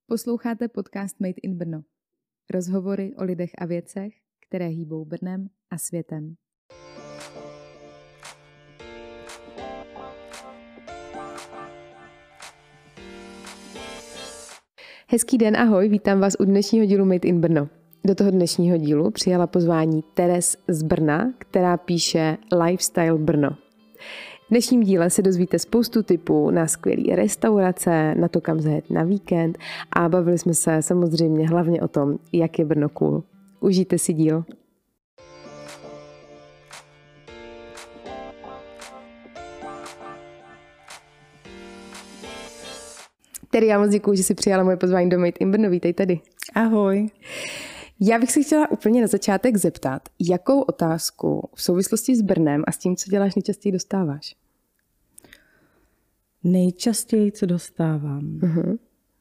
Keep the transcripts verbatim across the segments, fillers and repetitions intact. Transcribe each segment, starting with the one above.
Posloucháte podcast Made in Brno. Rozhovory o lidech a věcech, které hýbou Brnem a světem. Hezký den, ahoj, vítám vás u dnešního dílu Made in Brno. Do toho dnešního dílu přijala pozvání Teres z Brna, která píše Lifestyle Brno. V dnešním díle se dozvíte spoustu tipů na skvělé restaurace, na to, kam zajet na víkend a bavili jsme se samozřejmě hlavně o tom, jak je Brno cool. Užijte si díl. Tedy já moc děkuju, že jsi přijala moje pozvání do Made in Brno. Vítej tady. Ahoj. Já bych se chtěla úplně na začátek zeptat, jakou otázku v souvislosti s Brnem a s tím, co děláš, nejčastěji dostáváš? Nejčastěji, co dostávám? Uh-huh.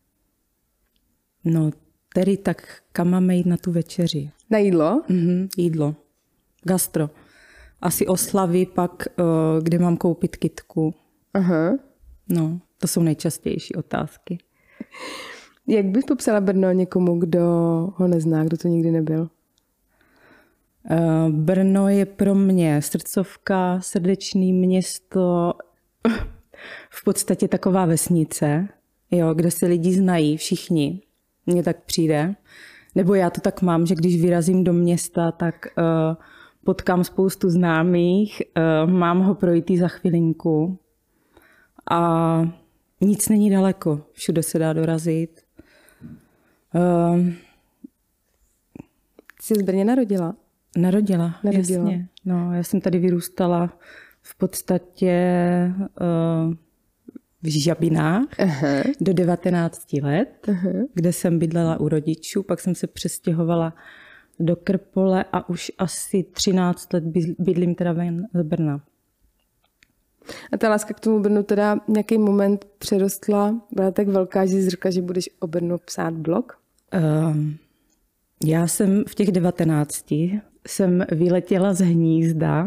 No, tedy tak, kam máme jít na tu večeři? Na jídlo? Uh-huh, jídlo. Gastro. Asi oslavy, pak uh, kde mám koupit kytku. Uh-huh. No, to jsou nejčastější otázky. Jak bys popsala Brno někomu, kdo ho nezná, kdo to nikdy nebyl? Uh, Brno je pro mě srdcovka, srdečný město, v podstatě taková vesnice, jo, kde se lidi znají, všichni. Mně tak přijde. Nebo já to tak mám, že když vyrazím do města, tak uh, potkám spoustu známých, uh, mám ho projítý za chvilinku a nic není daleko, všude se dá dorazit. Uh, Jsi z Brně narodila? Narodila, Narodila. Jasně. No, já jsem tady vyrůstala v podstatě uh, v Žabinách uh-huh. do devatenácti let, uh-huh. kde jsem bydlela u rodičů, pak jsem se přestěhovala do Krpole a už asi třináct let bydlím teda ven z Brna. A ta láska k tomu Brnu teda nějaký moment přerostla, byla tak velká, že jsi řekla, že budeš o Brnu psát blog? Uh, já jsem v těch devatenácti jsem vyletěla z hnízda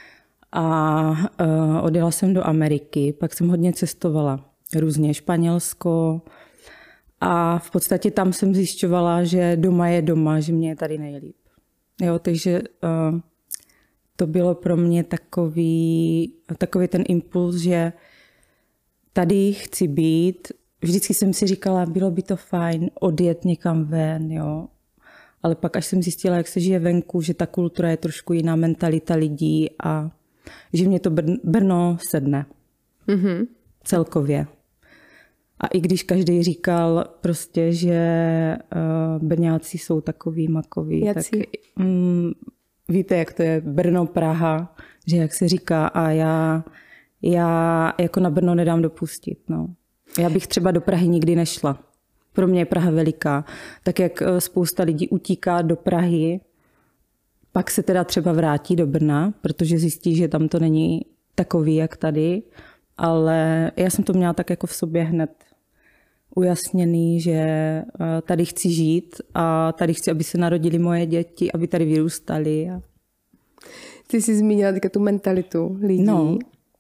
a uh, odjela jsem do Ameriky, pak jsem hodně cestovala, různě Španělsko a v podstatě tam jsem zjišťovala, že doma je doma, že mě je tady nejlíp. Jo, takže uh, to bylo pro mě takový, takový ten impuls, že tady chci být. Vždycky jsem si říkala, bylo by to fajn odjet někam ven, jo. Ale pak až jsem zjistila, jak se žije venku, že ta kultura je trošku jiná, mentalita lidí a že mě to Brno sedne. Mm-hmm. Celkově. A i když každý říkal prostě, že uh, Brňáci jsou takový makoví, Jací? tak um, víte, jak to je Brno, Praha, že jak se říká a já, já jako na Brno nedám dopustit. No. Já bych třeba do Prahy nikdy nešla. Pro mě je Praha veliká. Tak jak spousta lidí utíká do Prahy, pak se teda třeba vrátí do Brna, protože zjistí, že tam to není takový, jak tady. Ale já jsem to měla tak jako v sobě hned ujasněný, že tady chci žít a tady chci, aby se narodili moje děti, aby tady vyrůstali. Ty jsi zmínila teďka tu mentalitu lidí. No.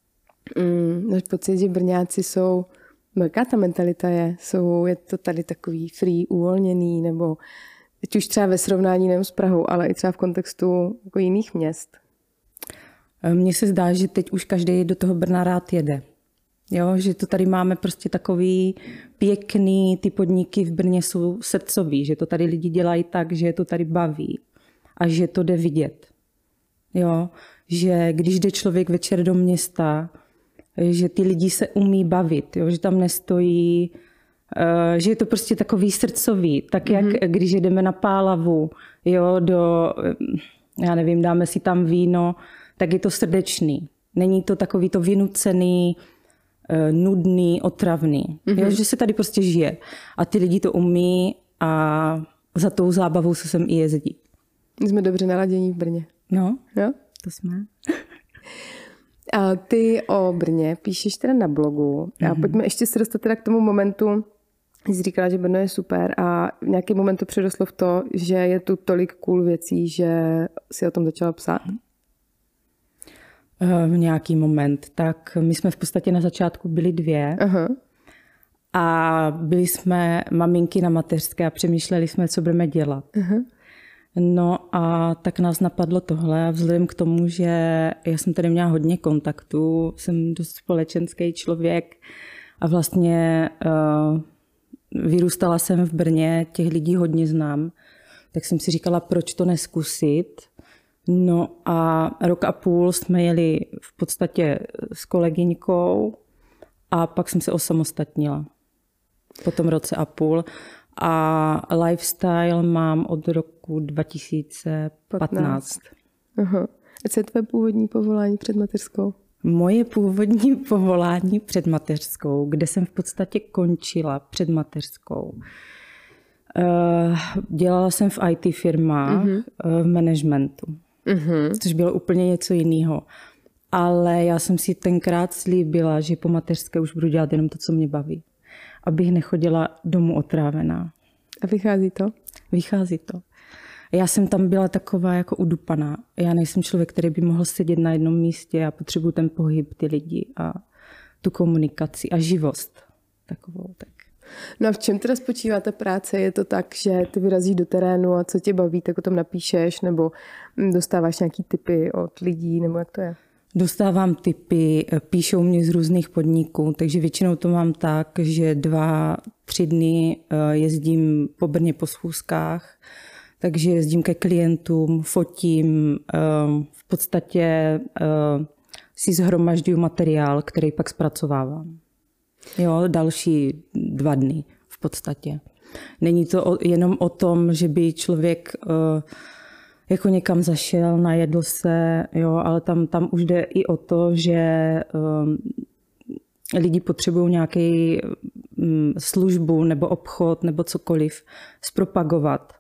Mm, máš pocit, že Brňáci jsou, jaká ta mentalita je? Jsou, je to tady takový free, uvolněný, nebo teď už třeba ve srovnání nejen s Prahou, ale i třeba v kontextu jako jiných měst? Mně se zdá, že teď už každý do toho Brna rád jede. Jo, že to tady máme prostě takový pěkný, ty podniky v Brně jsou srdcový, že to tady lidi dělají tak, že je to tady baví a že to jde vidět. Jo, že když jde člověk večer do města, že ty lidi se umí bavit, jo, že tam nestojí, že je to prostě takový srdcový, tak jak mm-hmm. když jdeme na Pálavu, jo, do, já nevím, dáme si tam víno, tak je to srdečný. Není to takový to vynucený, nudný, otravný. Mm-hmm. Jo, že se tady prostě žije. A ty lidi to umí a za tou zábavou se sem i jezdí. My jsme dobře naladění v Brně. No, jo? To jsme. A ty o Brně píšeš teda na blogu. A mm-hmm. pojďme ještě se dostat teda k tomu momentu, jsi říkala, že Brno je super a v nějaký moment to přerostlo v to, že je tu tolik cool věcí, že si o tom začala psát. V nějaký moment. Tak my jsme v podstatě na začátku byli dvě. Aha. A byli jsme maminky na mateřské a přemýšleli jsme, co budeme dělat. Uh-huh. No a tak nás napadlo tohle a vzhledem k tomu, že já jsem tady měla hodně kontaktů, jsem dost společenský člověk a vlastně uh, vyrůstala jsem v Brně, těch lidí hodně znám, tak jsem si říkala, proč to neskusit. No a rok a půl jsme jeli v podstatě s kolegyňkou a pak jsem se osamostatnila. Po tom roce a půl. A lifestyle mám od roku dva tisíce patnáct. Aha. A co je tvé původní povolání před mateřskou? Moje původní povolání před mateřskou, kde jsem v podstatě končila před mateřskou. Dělala jsem v í té firmách, uh-huh. v managementu, uh-huh. což bylo úplně něco jiného. Ale já jsem si tenkrát slíbila, že po mateřské už budu dělat jenom to, co mě baví. Abych nechodila domů otrávená. A vychází to? Vychází to. Já jsem tam byla taková jako udupaná. Já nejsem člověk, který by mohl sedět na jednom místě. Já potřebuji ten pohyb, ty lidi a tu komunikaci a živost. Takovou, tak. No a v čem teda spočívá ta práce? Je to tak, že ty vyrazíš do terénu a co tě baví, tak o tom napíšeš, nebo dostáváš nějaký tipy od lidí, nebo jak to je? Dostávám tipy, píšou mě z různých podniků, takže většinou to mám tak, že dva, tři dny jezdím po Brně po schůzkách, takže jezdím ke klientům, fotím, v podstatě si shromažďuju materiál, který pak zpracovávám. Jo, další dva dny v podstatě. Není to jenom o tom, že by člověk jako někam zašel, najedl se, jo, ale tam, tam už jde i o to, že um, lidi potřebují nějaký um, službu nebo obchod nebo cokoliv zpropagovat.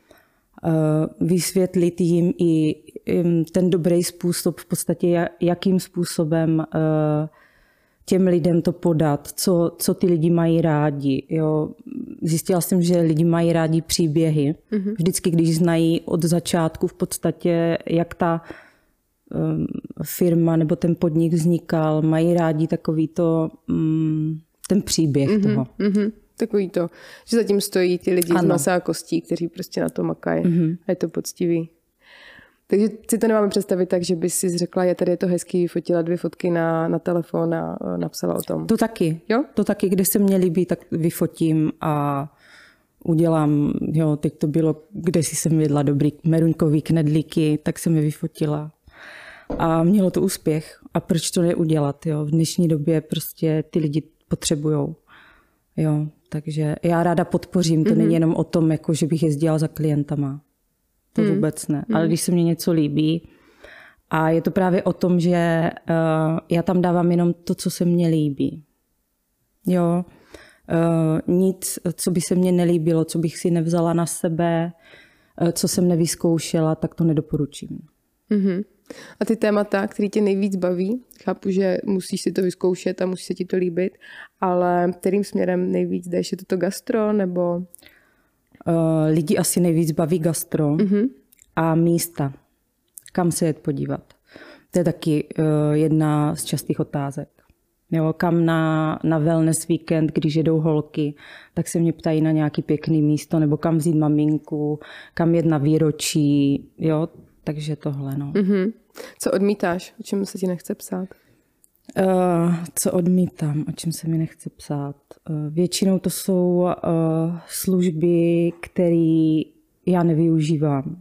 Uh, vysvětlit jim i um, ten dobrý způsob, v podstatě jakým způsobem uh, těm lidem to podat, co, co ty lidi mají rádi. Jo. Zjistila jsem, že lidi mají rádi příběhy. Mm-hmm. Vždycky, když znají od začátku v podstatě, jak ta um, firma nebo ten podnik vznikal, mají rádi takový to, um, ten příběh mm-hmm. toho. Mm-hmm. Takový to, že zatím stojí ty lidi ano. z masa a kostí, kteří prostě na to makají. Mm-hmm. A je to poctivý. Takže si to nemáme představit tak, že by si řekla, je tady je to hezký, vyfotila dvě fotky na, na telefon a napsala o tom. To taky. Jo? To taky, kde se mě líbí, tak vyfotím a udělám, jo, teď to bylo, kde si jsem jedla dobrý meruňkový knedlíky, tak jsem je vyfotila. A mělo to úspěch. A proč to neudělat, jo? V dnešní době prostě ty lidi potřebujou. Jo, takže já ráda podpořím, to mm-hmm. není jenom o tom, jako, že bych jezdila za klientama. To hmm. vůbec ne. Ale když se mně něco líbí a je to právě o tom, že uh, já tam dávám jenom to, co se mně líbí. Jo. Uh, nic, co by se mně nelíbilo, co bych si nevzala na sebe, uh, co jsem nevyzkoušela, tak to nedoporučím. Mm-hmm. A ty témata, které tě nejvíc baví, chápu, že musíš si to vyzkoušet a musí se ti to líbit, ale kterým směrem nejvíc jdeš? Je to to gastro nebo... Uh, lidi asi nejvíc baví gastro mm-hmm. a místa, kam se jet podívat. To je taky uh, jedna z častých otázek. Jo, kam na, na wellness víkend, když jedou holky, tak se mě ptají na nějaký pěkný místo, nebo kam vzít maminku, kam jet na výročí, jo, takže tohle. No. Mm-hmm. Co odmítáš? O čem se ti nechce psát? Uh, co odmítám, o čem se mi nechce psát? Uh, většinou to jsou uh, služby, které já nevyužívám.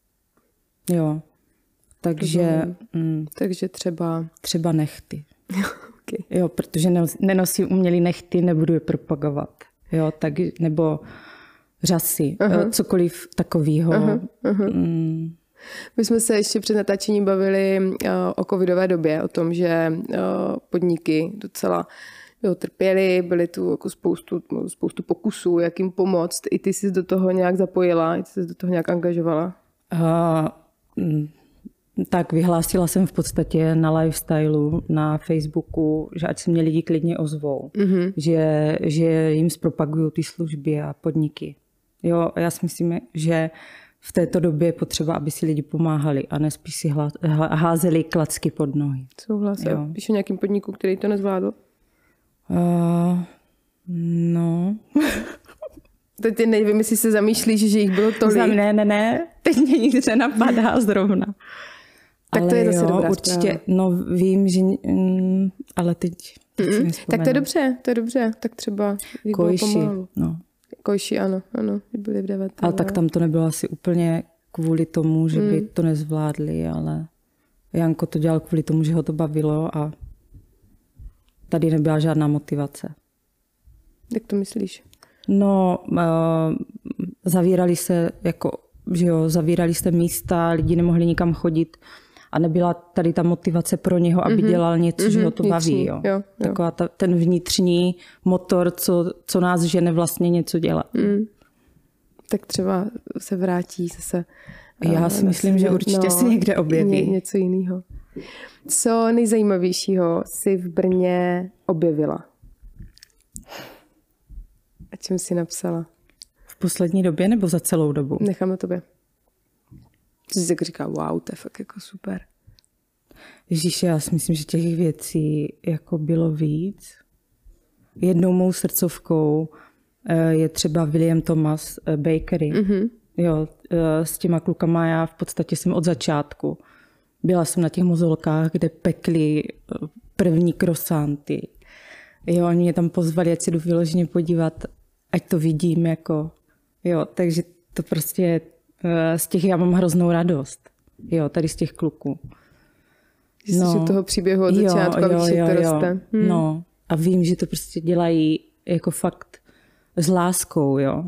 Jo. Takže... Mm, Takže třeba... Třeba nechty. Okay. Jo, protože nenosím umělý nechty, nebudu je propagovat. Jo, tak, nebo řasy, uh-huh. cokoliv takového. Uh-huh. Uh-huh. Mm. My jsme se ještě před natáčením bavili uh, o covidové době, o tom, že uh, podniky docela jo, trpěly, byly tu jako spoustu, spoustu pokusů, jak jim pomoct. I ty jsi do toho nějak zapojila, i ty jsi do toho nějak angažovala? Uh, tak vyhlásila jsem v podstatě na lifestylu, na Facebooku, že ať se mě lidi klidně ozvou, mm-hmm. že, že jim zpropagují ty služby a podniky. Jo, já si myslím, že v této době je potřeba, aby si lidi pomáhali a nespíš si házeli klacky pod nohy. Souhlasím. Píšu nějakým podniku, který to nezvládl? Uh, No. Teď nevím, jestli se zamýšlíš, že jich bylo tolik. Ne, ne, ne. Teď mě nic nenapadá zrovna. Tak ale to je zase jo, dobrá určitě, zpráva. No vím, že... Mm, ale teď... teď si tak to je dobře, to je dobře. Tak třeba jich bylo pomalu. no. Kojši, ano, ano, byli v devaté. Ale tak tam to nebylo asi úplně kvůli tomu, že by mm. to nezvládli, ale Janko to dělal kvůli tomu, že ho to bavilo a tady nebyla žádná motivace. Jak to myslíš? No, uh, zavírali se, jako, že jo, zavírali se místa, lidi nemohli nikam chodit a nebyla tady ta motivace pro něho, aby mm-hmm. dělal něco, mm-hmm. že ho to vnitřní. baví. Jo. Jo, jo. Taková ta, ten vnitřní motor, co, co nás žene vlastně něco dělat. Mm. Tak třeba se vrátí zase. Já si myslím, že určitě no, si někde objeví. Ně, něco jiného. Co nejzajímavějšího si v Brně objevila? A čem jsi napsala? V poslední době nebo za celou dobu? Nechám na tobě. Jsi si říká, wow, to je fakt jako super. Ježíši, já si myslím, že těch věcí jako bylo víc. Jednou mou srdcovkou je třeba William Thomas Bakery. Mm-hmm. Jo, s těma klukama já v podstatě jsem od začátku. Byla jsem na těch mozolkách, kde pekli první krosanty. Jo, oni mě tam pozvali, ať si jdu vyloženě podívat, ať to vidím, jako, jo, takže to prostě z těch já mám hroznou radost, jo, tady z těch kluků. Že no, toho příběhu od začátku, jo, jo, a víš, jak to roste. Hmm. No, a vím, že to prostě dělají jako fakt s láskou, jo.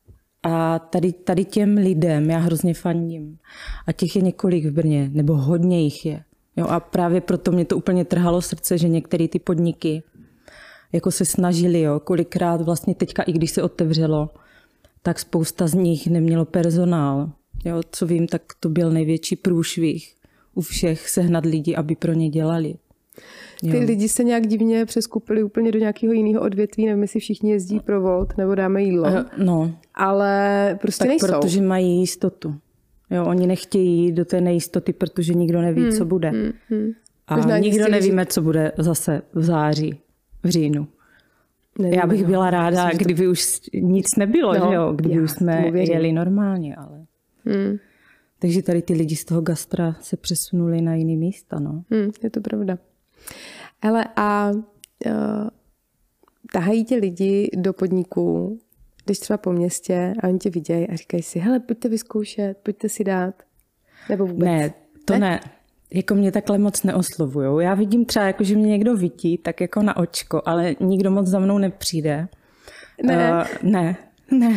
A tady, tady těm lidem já hrozně fandím. A těch je několik v Brně, nebo hodně jich je. Jo, a právě proto mě to úplně trhalo srdce, že některé ty podniky jako se snažili, jo, kolikrát vlastně teďka, i když se otevřelo, tak spousta z nich nemělo personál. Jo, co vím, tak to byl největší průšvih u všech sehnat lidi, aby pro ně dělali. Jo. Ty lidi se nějak divně přeskupili úplně do nějakého jiného odvětví, nevím, jestli všichni jezdí pro Volt nebo dáme jídlo. No. Ale prostě tak nejsou. Protože mají jistotu. Jo, oni nechtějí jít do té nejistoty, protože nikdo neví, hmm, co bude. Hmm, hmm. A Možná nikdo nevíme, říct... co bude zase v září, v říjnu. Nevím, já bych byla ráda, myslím, kdyby to... už nic nebylo, no, že jo? Kdyby já, už jsme jeli normálně, ale... Hmm. Takže tady ty lidi z toho gastra se přesunuli na jiný místa, no. Hmm, je to pravda. Hele, a uh, tahají tě lidi do podniků, když třeba po městě a oni tě vidějí a říkají si, hele, pojďte vyzkoušet, pojďte si dát. Nebo vůbec? Ne, to ne. ne. Jako mě takhle moc neoslovujou. Já vidím třeba, jako, že mě někdo vidí, tak jako na očko, ale nikdo moc za mnou nepřijde. Ne. Uh, ne, ne.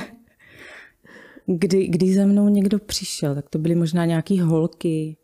Kdy, když za mnou někdo přišel, tak to byly možná nějaký holky,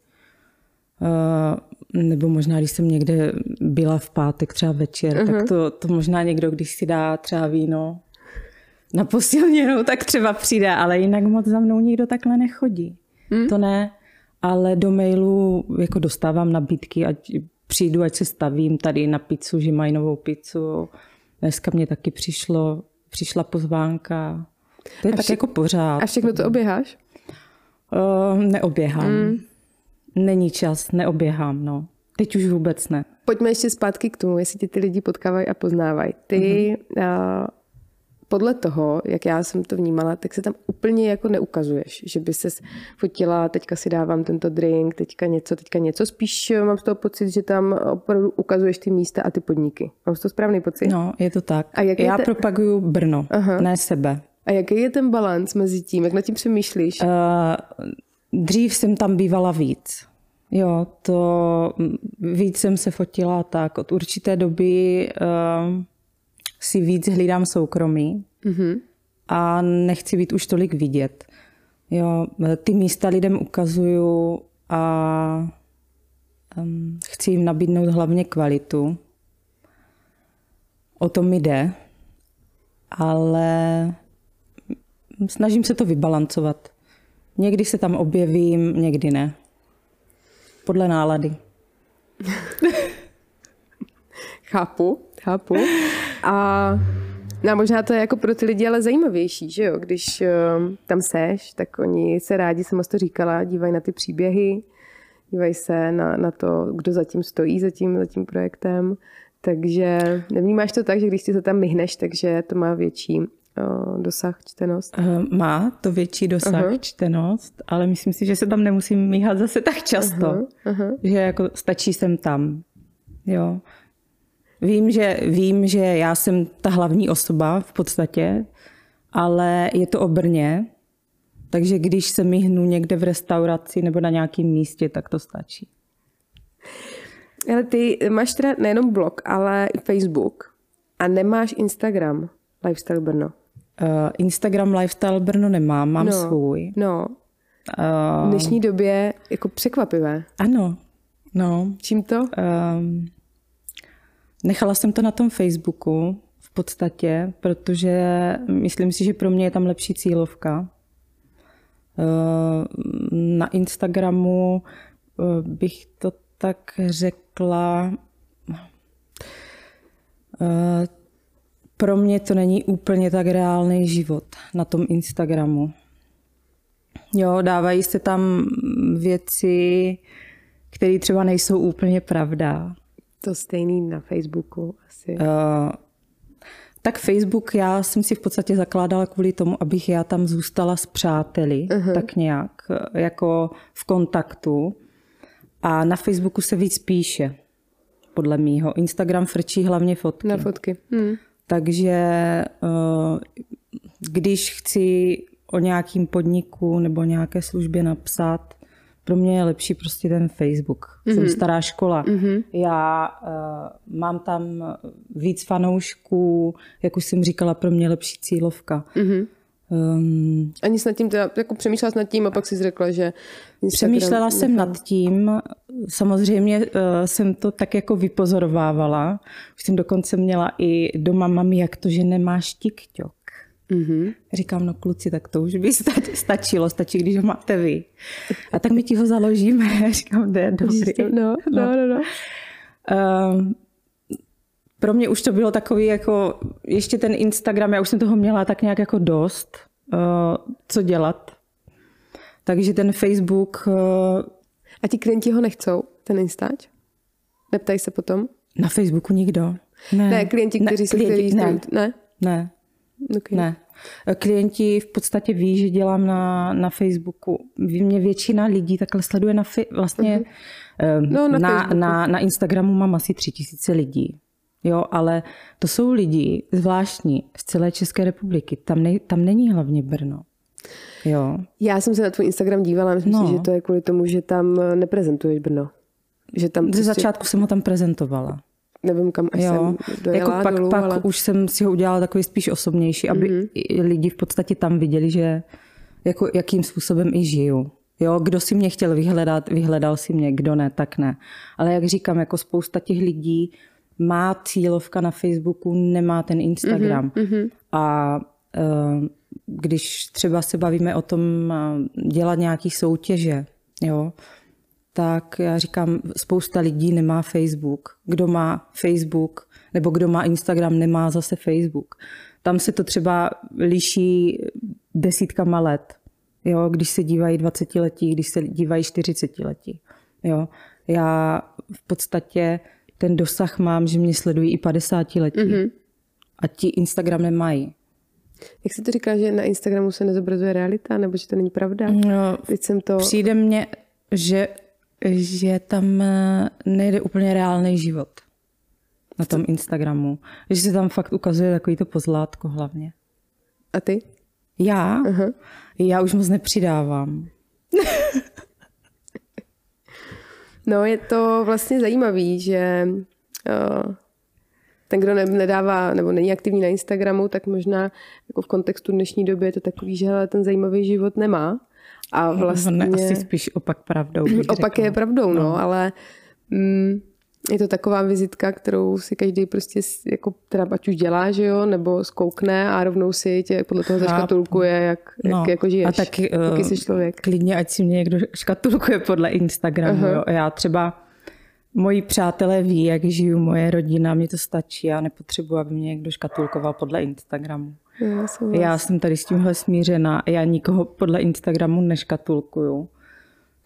uh, nebo možná, když jsem někde byla v pátek třeba večer, uh-huh. tak to, to možná někdo, když si dá třeba víno na posilněnou, tak třeba přijde, ale jinak moc za mnou nikdo takhle nechodí. Hmm. To ne, ale do mailu jako dostávám nabídky, ať přijdu, ať se stavím tady na pizzu, že mají novou pizzu. Dneska mě taky přišlo, přišla pozvánka. To je a tak vše, jako pořád. A všechno to oběháš? Uh, neoběhám. Hmm. Není čas, neoběhám, no. Teď už vůbec ne. Pojďme ještě zpátky k tomu, jestli tě ty lidi potkávají a poznávají. Ty uh-huh. uh, podle toho, jak já jsem to vnímala, tak se tam úplně jako neukazuješ, že by ses fotila, teďka si dávám tento drink, teďka něco, teďka něco. Spíš mám z toho pocit, že tam opravdu ukazuješ ty místa a ty podniky. Mám z toho správný pocit? No, je to tak. A já te... propaguju Brno, Aha. ne sebe. A jaký je ten balanc mezi tím? Jak nad tím přemýšlíš? Uh, dřív jsem tam bývala víc. Jo, to víc jsem se fotila tak. Od určité doby uh, si víc hlídám soukromí mm-hmm. a nechci být už tolik vidět. Jo, ty místa lidem ukazuju a um, chci jim nabídnout hlavně kvalitu. O tom mi jde, ale snažím se to vybalancovat. Někdy se tam objevím, někdy ne. Podle nálady. Chápu, chápu. A no, možná to je jako pro ty lidi ale zajímavější, že jo? Když uh, tam seš, tak oni se rádi, jsem to říkala, dívají na ty příběhy, dívají se na, na to, kdo zatím stojí, za tím, za tím projektem. Takže nevnímáš to tak, že když si to tam myhneš, takže to má větší o, dosah, čtenost? Má to větší dosah, uh-huh. čtenost, ale myslím si, že se tam nemusím míhat zase tak často. Uh-huh. Uh-huh. Že jako stačí jsem tam. Jo. Vím, že, vím, že já jsem ta hlavní osoba v podstatě, ale je to o Brně, takže když se myhnu někde v restauraci nebo na nějakém místě, tak to stačí. Ale ty máš teda nejenom blog, ale i Facebook a nemáš Instagram Lifestyle Brno. Uh, Instagram Lifestyle Brno nemám, mám no, svůj. No, uh, v dnešní době jako překvapivé. Ano, no. Čím to? Um, nechala jsem to na tom Facebooku v podstatě, protože myslím si, že pro mě je tam lepší cílovka. Uh, na Instagramu uh, bych to tak řekla, uh, pro mě to není úplně tak reálný život na tom Instagramu. Jo, dávají se tam věci, které třeba nejsou úplně pravda. To stejný na Facebooku asi. Uh, tak Facebook já jsem si v podstatě zakládala kvůli tomu, abych já tam zůstala s přáteli, uh-huh. tak nějak, jako v kontaktu. A na Facebooku se víc píše, podle mýho. Instagram frčí hlavně fotky. Na fotky. Hmm. Takže když chci o nějakým podniku nebo nějaké službě napsat, pro mě je lepší prostě ten Facebook. Mm-hmm. Jsem stará škola. Mm-hmm. Já uh, mám tam víc fanoušků, jak už jsem říkala, pro mě lepší cílovka. Mm-hmm. Um, a nic nad tím, teda, jako přemýšlela jsi nad tím a pak jsi řekla, že... Instagram... Přemýšlela jsem nad tím, samozřejmě uh, jsem to tak jako vypozorovávala. Už jsem dokonce měla i doma, mami, jak to, že nemáš TikTok. Mm-hmm. Říkám, no kluci, tak to už by stačilo, stačí, když ho máte vy. A tak my ti ho založíme. Říkám, to je dobrý. No, no, no, no. Um, pro mě už to bylo takový, jako ještě ten Instagram, já už jsem toho měla tak nějak jako dost, uh, co dělat. Takže ten Facebook... Uh, a ti klienti ho nechcou, ten Instač? Neptají se potom? Na Facebooku nikdo. Ne, ne klienti, kteří ne, se klienti, chtějí... Ne, ne. ne. Okay. Ne. Klienti v podstatě ví, že dělám na, na Facebooku. Mě většina lidí takhle sleduje na, vlastně, uh-huh. no, na, na, na, na Instagramu mám asi tři tisíce lidí. Jo, ale to jsou lidi zvláštní z celé České republiky. Tam, ne, tam není hlavně Brno. Jo. Já jsem se na tvůj Instagram dívala, myslím no. si, že to je kvůli tomu, že tam neprezentuješ Brno. Že tam Ze prostě... začátku jsem ho tam prezentovala. Nevím, kam až jo. jsem dojela jako pak, dolů, pak ale... už jsem si ho udělala takový spíš osobnější, aby mm-hmm. lidi v podstatě tam viděli, že jako, jakým způsobem i žiju. Jo, kdo si mě chtěl vyhledat, vyhledal si mě, kdo ne, tak ne. Ale jak říkám, jako spousta těch lidí má cílovka na Facebooku, nemá ten Instagram. Mm-hmm. A uh, když třeba se bavíme o tom dělat nějaký soutěže, jo, tak já říkám, spousta lidí nemá Facebook. Kdo má Facebook nebo kdo má Instagram, nemá zase Facebook. Tam se to třeba liší desítkama let. Jo, když se dívají dvacetiletí, když se dívají čtyřicetiletí. Jo. Já v podstatě ten dosah mám, že mě sledují i padesátiletí. Mm-hmm. A ti Instagram nemají. Jak jsi to říkala, že na Instagramu se nezobrazuje realita, nebo že to není pravda? No, Teď jsem to... Přijde mně, že, že tam nejde úplně reálný život na tom Instagramu. Že se tam fakt ukazuje takový to pozlátko hlavně. A ty? Já? Uh-huh. Já už moc nepřidávám. No, je to vlastně zajímavý, že uh, ten, kdo nedává nebo není aktivní na Instagramu, tak možná jako v kontextu dnešní doby je to takový, že hele, ten zajímavý život nemá. A vlastně... Ne, asi spíš opak pravdou. Opak řekla. je pravdou, no, no ale mm, je to taková vizitka, kterou si každý prostě jako teda ať už dělá, že jo, nebo zkoukne a rovnou si tě podle toho zaškatulkuje, jak, no, jak jako žiješ, a tak, jaký jsi člověk. Klidně, ať si mě někdo škatulkuje podle Instagramu. Uh-huh. Jo. Já třeba, moji přátelé ví, jak žiju, moje rodina, mě to stačí. Já nepotřebuji, aby mě někdo škatulkoval podle Instagramu. Já, já jsem tady s tímhle smířená. Já nikoho podle Instagramu neškatulkuju.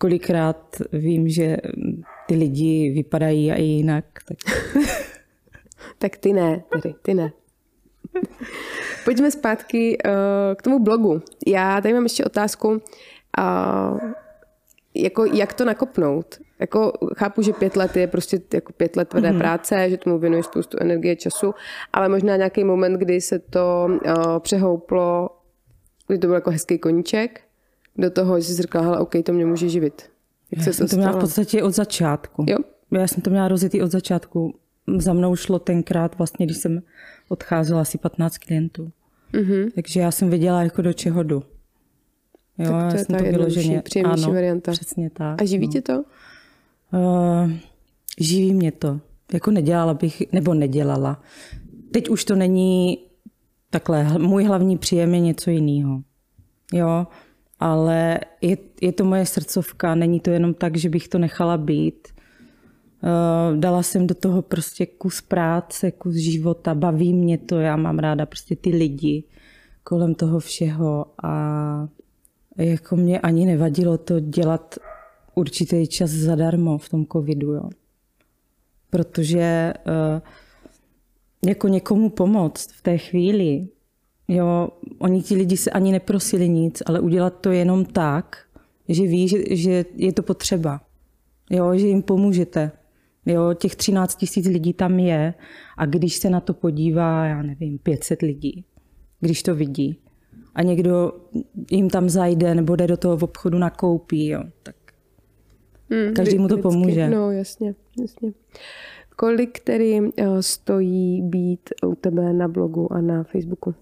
Kolikrát vím, že ty lidi vypadají i jinak. Tak... Tak ty ne, tedy, ty ne. Pojďme zpátky uh, k tomu blogu. Já tady mám ještě otázku, uh, jako jak to nakopnout. Jako chápu, že pět let je prostě jako pět let tvrdé mm-hmm. práce, že tomu věnuješ spoustu energie, času, ale možná nějaký moment, kdy se to uh, přehouplo, kdy to byl jako hezký koníček, do toho, že jsi řekla, hele, OK, to mě může živit. Jak Já se jsem to to měla stalo? v podstatě od začátku. Jo? Já jsem to měla rozjetý od začátku. Za mnou šlo tenkrát vlastně, když jsem odcházela asi patnáct klientů. Mm-hmm. Takže já jsem věděla, jako do čeho jdu. Jo, tak to já je jsem ta to vyloženě. příjemnější Ano, varianta. Přesně tak. A živí no. tě to? Uh, živí mě to. Jako nedělala bych, nebo nedělala. Teď už to není takhle. Můj hlavní příjem je něco jiného. Jo, ale je, je to moje srdcovka. Není to jenom tak, že bych to nechala být. Uh, dala jsem do toho prostě kus práce, kus života. Baví mě to. Já mám ráda prostě ty lidi kolem toho všeho. A jako mě ani nevadilo to dělat určitý čas zadarmo v tom covidu, jo. Protože uh, jako někomu pomoct v té chvíli, jo, oni ti lidi se ani neprosili nic, ale udělat to jenom tak, že ví, že, že je to potřeba, jo, že jim pomůžete. Jo, těch třináct tisíc lidí tam je a když se na to podívá, já nevím, pět set lidí, když to vidí a někdo jim tam zajde nebo jde do toho obchodu nakoupí, jo, tak Hmm, každý mu to vždycky pomůže. No, jasně, jasně. Kolik tedy stojí být u tebe na blogu a na Facebooku?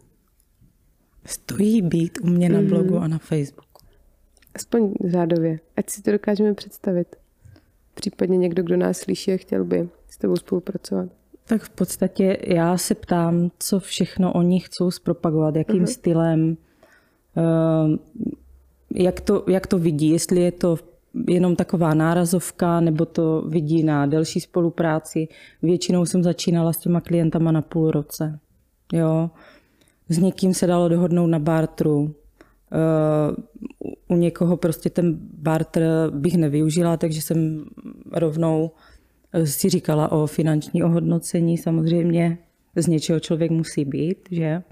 Stojí být u mě na blogu mm. a na Facebooku. Aspoň řádově. Ať si to dokážeme představit. Případně někdo, kdo nás slyší a chtěl by s tebou spolupracovat. Tak v podstatě já se ptám, co všechno oni chcou zpropagovat, jakým uh-huh. stylem, jak to, jak to vidí, jestli je to jenom taková nárazovka, nebo to vidí na delší spolupráci. Většinou jsem začínala s těma klientama na půl roce. Jo. S někým se dalo dohodnout na bartru. U někoho prostě ten barter bych nevyužila, takže jsem rovnou si říkala o finanční ohodnocení. Samozřejmě z něčeho člověk musí být, že?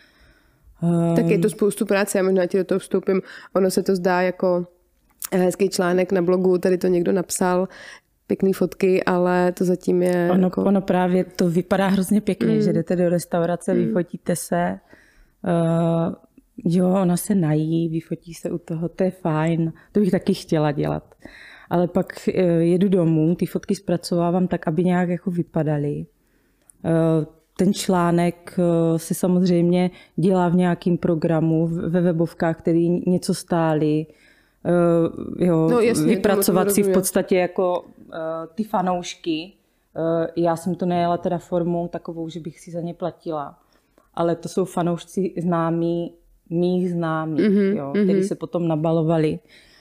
Tak je to spoustu práce, já možná ti do toho vstoupím. Ono se to zdá jako hezký článek na blogu, tady to někdo napsal, pěkný fotky, ale to zatím je... Ono, jako... ono právě to vypadá hrozně pěkně, mm. že jdete do restaurace, mm. vyfotíte se, uh, jo, ona se nají, vyfotí se u toho, to je fajn, to bych taky chtěla dělat. Ale pak uh, jedu domů, ty fotky zpracovávám tak, aby nějak jako vypadaly. Uh, ten článek uh, se samozřejmě dělá v nějakém programu, ve webovkách, který něco stály, Uh, jo, no, jasně, vypracovat si v podstatě jako uh, ty fanoušky. Uh, já jsem to nejela teda formou takovou, že bych si za ně platila. Ale to jsou fanoušci známí, mých známých, mm-hmm, jo, mm-hmm. kteří se potom nabalovali.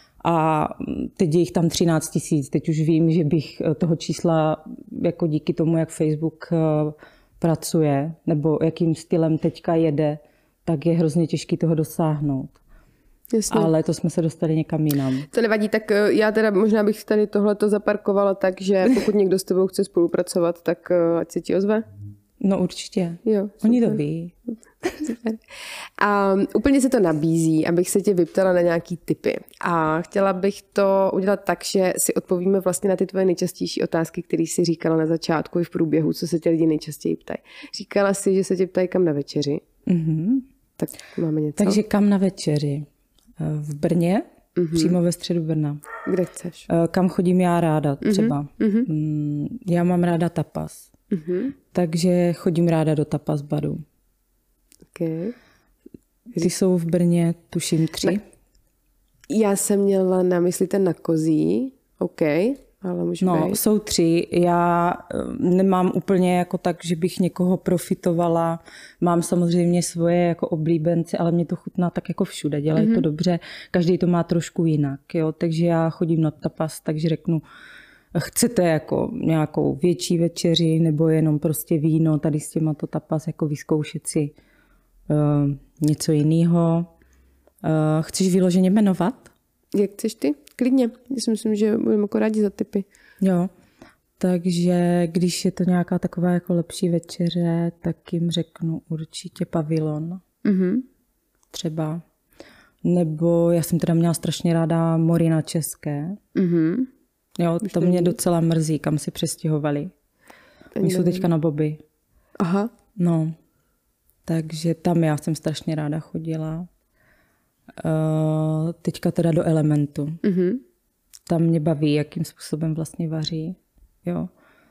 A teď je jich tam třináct tisíc. Teď už vím, že bych toho čísla, jako díky tomu, jak Facebook uh, pracuje, nebo jakým stylem teďka jede, tak je hrozně těžké toho dosáhnout. Jasně. Ale to jsme se dostali někam jinam. To nevadí, tak já teda možná bych tady tohleto zaparkovala tak, že pokud někdo s tebou chce spolupracovat, tak ať se ti ozve. No určitě. Jo, oni to ví. Super. A úplně se to nabízí, abych se tě vyptala na nějaký tipy. A chtěla bych to udělat tak, že si odpovíme vlastně na ty tvoje nejčastější otázky, které jsi říkala na začátku i v průběhu, co se tě lidi nejčastěji ptají. Říkala jsi, že se tě ptají kam na večeři. Mm-hmm. Tak máme něco. Takže kam na večeři? V Brně, mm-hmm. přímo ve středu Brna. Kde chceš? Kam chodím já ráda třeba. Mm-hmm. Já mám ráda tapas. Mm-hmm. Takže chodím ráda do tapas baru. Okay. Ty jsou v Brně, tuším, tři. Ne. Já jsem měla na mysli ten na Kozí. OK, ale může No, být. jsou tři. Já nemám úplně jako tak, že bych někoho profitovala. Mám samozřejmě svoje jako oblíbence, ale mě to chutná tak jako všude. Dělají mm-hmm. to dobře. Každý to má trošku jinak. Jo? Takže já chodím na tapas, takže řeknu, chcete jako nějakou větší večeři nebo jenom prostě víno, tady s těma to tapas, jako vyzkoušet si uh, něco jiného. Uh, chceš vyloženě jmenovat? Jak chceš ty? Klidně. Já si myslím, že budeme jako rádi za tipy. Jo. Takže když je to nějaká taková jako lepší večeře, tak jim řeknu určitě pavilon. Mm-hmm. Třeba. Nebo já jsem teda měla strašně ráda Mory na České. Mm-hmm. Jo, to mě docela mrzí, kam se přestěhovali. Oni jsou teďka na Bobby. Aha. No, takže tam já jsem strašně ráda chodila. Uh, teďka teda do Elementu. Mm-hmm. Tam mě baví, jakým způsobem vlastně vaří. Jo.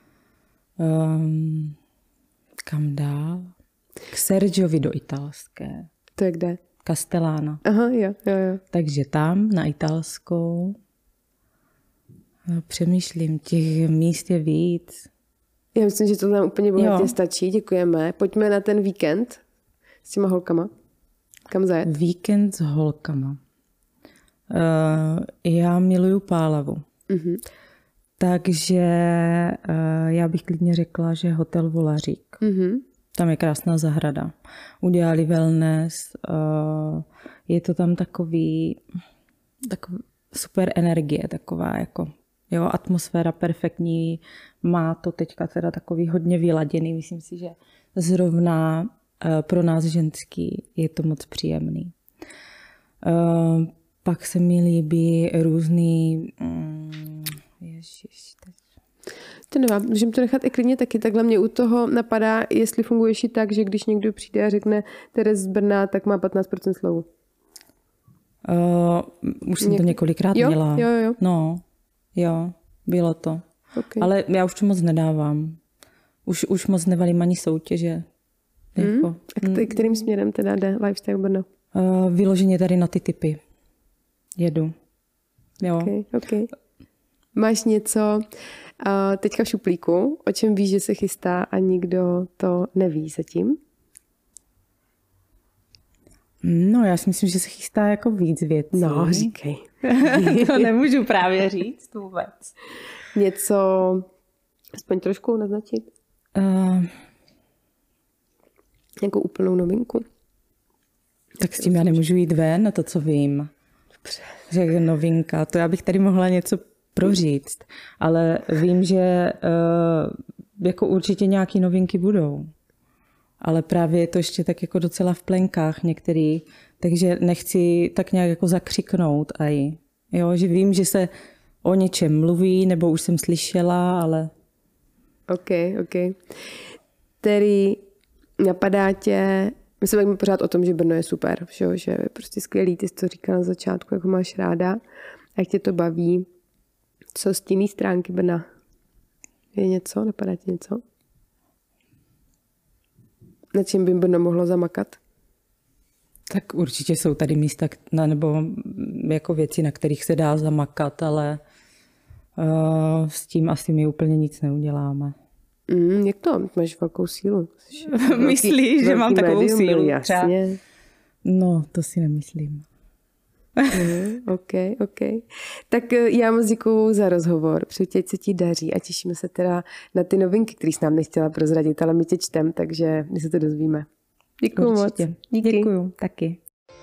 Um, kam dál? K Sergiovi do italské. To je kde? Castellana. Aha, jo, jo, jo. Takže tam na italskou přemýšlím, těch míst je víc. Já myslím, že to nám úplně bohatě stačí. Děkujeme. Pojďme na ten víkend s těma holkama. Kam zajet? Víkend s holkama. Uh, já miluju Pálavu. Mm-hmm. Takže uh, já bych klidně řekla, že hotel Volařík. Mm-hmm. Tam je krásná zahrada. Udělali wellness. Uh, je to tam takový, takový super energie, taková jako jo, atmosféra perfektní. Má to teďka teda takový hodně vyladěný. Myslím si, že zrovna uh, pro nás ženský je to moc příjemný. Uh, pak se mi líbí různý... Um, ježiš, teď. To nevím, můžeme to nechat i klidně taky. Takhle mě u toho napadá, jestli funguješ i tak, že když někdo přijde a řekne Teres z Brna, tak má patnáct procent slevu. Uh, už jsem Něk... to několikrát jo? měla. Jo, jo. No, jo, bylo to. Okay. Ale já už to moc nedávám. Už, už moc nevalím ani soutěže. Hmm. Jako, a k- kterým směrem teda jde Lifestyle Brno? Uh, vyloženě tady na ty typy. Jedu. Jo. Okay, okay. Máš něco uh, teďka v šuplíku, o čem víš, že se chystá a nikdo to neví zatím? No, já si myslím, že se chystá jako víc věcí. No, říkej. To nemůžu právě říct vůbec. Něco aspoň trošku naznačit? Uh, Nějakou úplnou novinku? Tak s tím já nemůžu jít ven na to, co vím. Dobře. Že novinka, to já bych tady mohla něco proříct, ale vím, že uh, jako určitě nějaké novinky budou. Ale právě je to ještě tak jako docela v plenkách některý, takže nechci tak nějak jako zakřiknout aj. Jo, že vím, že se o něčem mluví, nebo už jsem slyšela, ale... OK, OK. Tedy napadá tě... My se bavíme pořád o tom, že Brno je super, že, že je prostě skvělý, ty jsi to říkala na začátku, jak ho máš ráda, jak tě to baví. Co z jiný stránky Brna? Je něco? Napadá ti něco? Na čem by Brno mohlo zamakat? Tak určitě jsou tady místa, nebo jako věci, na kterých se dá zamakat, ale uh, s tím asi my úplně nic neuděláme. Mm, jak to? Máš velkou sílu. Myslíš, že mám takovou médium, sílu? Jasně. Třeba? No, to si nemyslím. Mm, OK, OK. Tak já moc děkuju za rozhovor. Přeji ti, co ti daří a těšíme se teda na ty novinky, které jsi nám nechtěla prozradit, ale my tě čtem, takže my se to dozvíme. Děkuju moc. Díky. Děkuju, taky.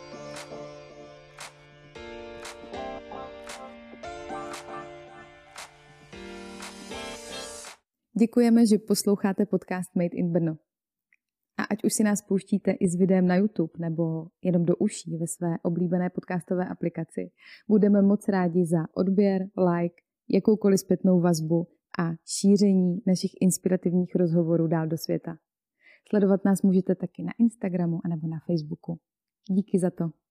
Děkujeme, že posloucháte podcast Made in Brno. A ať už si nás pouštíte i s videem na YouTube nebo jenom do uší ve své oblíbené podcastové aplikaci, budeme moc rádi za odběr, like, jakoukoliv zpětnou vazbu a šíření našich inspirativních rozhovorů dál do světa. Sledovat nás můžete taky na Instagramu anebo na Facebooku. Díky za to.